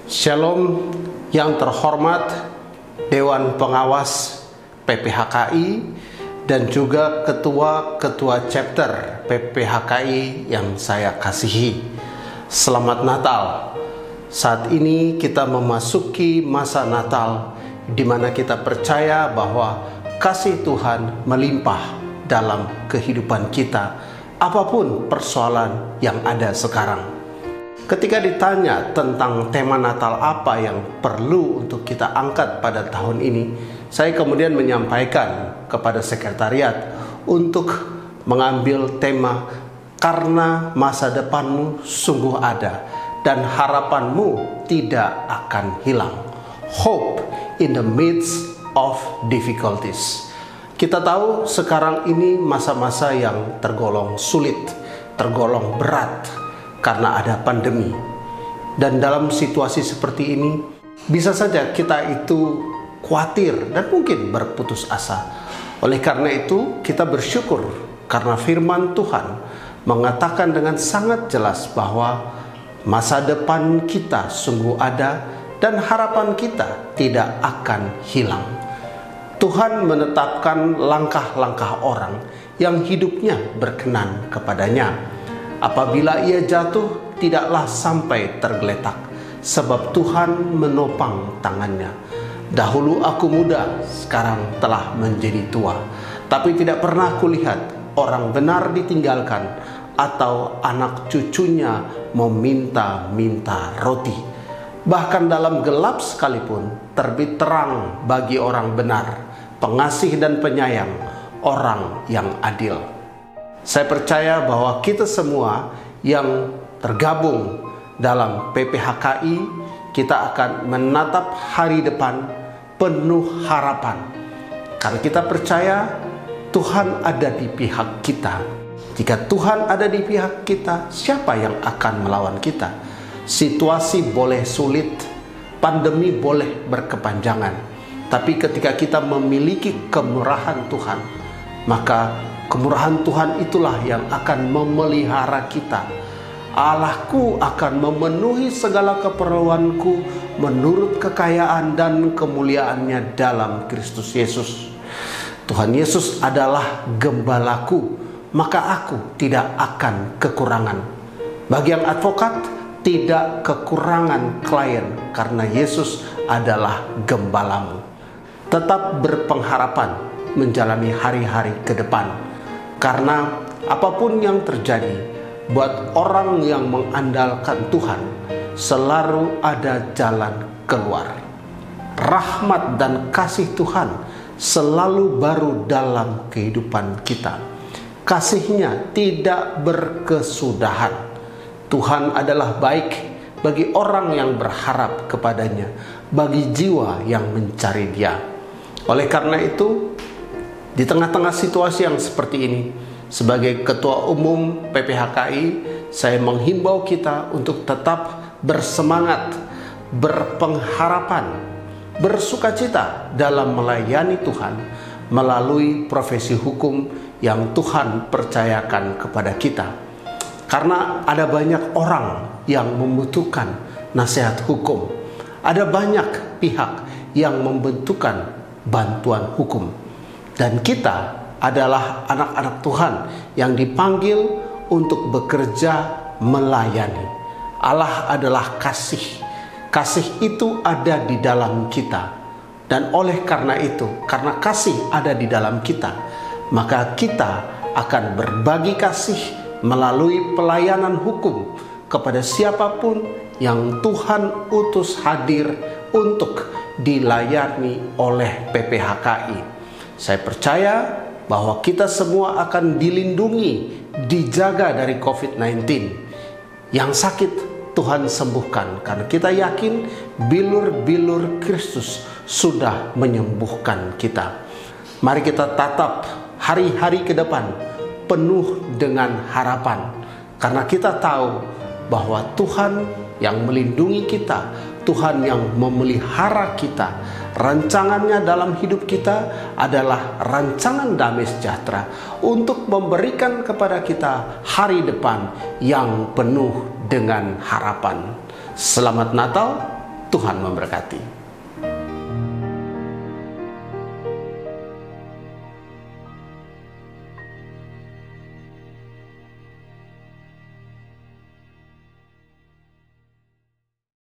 Shalom yang terhormat Dewan Pengawas PPHKI dan juga ketua-ketua chapter PPHKI yang saya kasihi. Selamat Natal. Saat ini kita memasuki masa Natal di mana kita percaya bahwa kasih Tuhan melimpah dalam kehidupan kita, apapun persoalan yang ada sekarang. Ketika ditanya tentang tema Natal apa yang perlu untuk kita angkat pada tahun ini, saya kemudian menyampaikan kepada sekretariat untuk mengambil tema karena masa depanmu sungguh ada dan harapanmu tidak akan hilang. Hope in the midst of difficulties. Kita tahu sekarang ini masa-masa yang tergolong sulit, tergolong berat karena ada pandemi. Dan dalam situasi seperti ini, bisa saja kita itu khawatir dan mungkin berputus asa. Oleh karena itu, kita bersyukur karena firman Tuhan mengatakan dengan sangat jelas bahwa masa depan kita sungguh ada dan harapan kita tidak akan hilang. Tuhan menetapkan langkah-langkah orang yang hidupnya berkenan kepadanya. Apabila ia jatuh, tidaklah sampai tergeletak, sebab Tuhan menopang tangannya. Dahulu aku muda, sekarang telah menjadi tua, tapi tidak pernah kulihat orang benar ditinggalkan, atau anak cucunya meminta-minta roti. Bahkan dalam gelap sekalipun, terbit terang bagi orang benar, pengasih dan penyayang, orang yang adil. Saya percaya bahwa kita semua yang tergabung dalam PPHKI, kita akan menatap hari depan penuh harapan. Karena kita percaya Tuhan ada di pihak kita. Jika Tuhan ada di pihak kita, siapa yang akan melawan kita? Situasi boleh sulit, pandemi boleh berkepanjangan, tapi ketika kita memiliki kemurahan Tuhan, maka kemurahan Tuhan itulah yang akan memelihara kita. Allahku akan memenuhi segala keperluanku menurut kekayaan dan kemuliaannya dalam Kristus Yesus. Tuhan Yesus adalah gembalaku, maka aku tidak akan kekurangan. Bagi yang advokat, tidak kekurangan klien karena Yesus adalah gembalamu. Tetap berpengharapan menjalani hari-hari ke depan. Karena apapun yang terjadi, buat orang yang mengandalkan Tuhan, selalu ada jalan keluar. Rahmat dan kasih Tuhan selalu baru dalam kehidupan kita. Kasih-Nya tidak berkesudahan. Tuhan adalah baik bagi orang yang berharap kepadanya, bagi jiwa yang mencari Dia. Oleh karena itu, di tengah-tengah situasi yang seperti ini, sebagai Ketua Umum PPHKI, saya menghimbau kita untuk tetap bersemangat, berpengharapan, bersukacita dalam melayani Tuhan melalui profesi hukum yang Tuhan percayakan kepada kita. Karena ada banyak orang yang membutuhkan nasihat hukum. Ada banyak pihak yang membutuhkan bantuan hukum. Dan kita adalah anak-anak Tuhan yang dipanggil untuk bekerja melayani. Allah adalah kasih. Kasih itu ada di dalam kita. Dan oleh karena itu, karena kasih ada di dalam kita, maka kita akan berbagi kasih melalui pelayanan hukum kepada siapapun yang Tuhan utus hadir untuk dilayani oleh PPHKI. Saya percaya bahwa kita semua akan dilindungi, dijaga dari COVID-19. Yang sakit Tuhan sembuhkan, karena kita yakin bilur-bilur Kristus sudah menyembuhkan kita. Mari kita tatap hari-hari ke depan penuh dengan harapan, karena kita tahu bahwa Tuhan yang melindungi kita, Tuhan yang memelihara kita. Rancangannya dalam hidup kita adalah rancangan damai sejahtera untuk memberikan kepada kita hari depan yang penuh dengan harapan. Selamat Natal, Tuhan memberkati.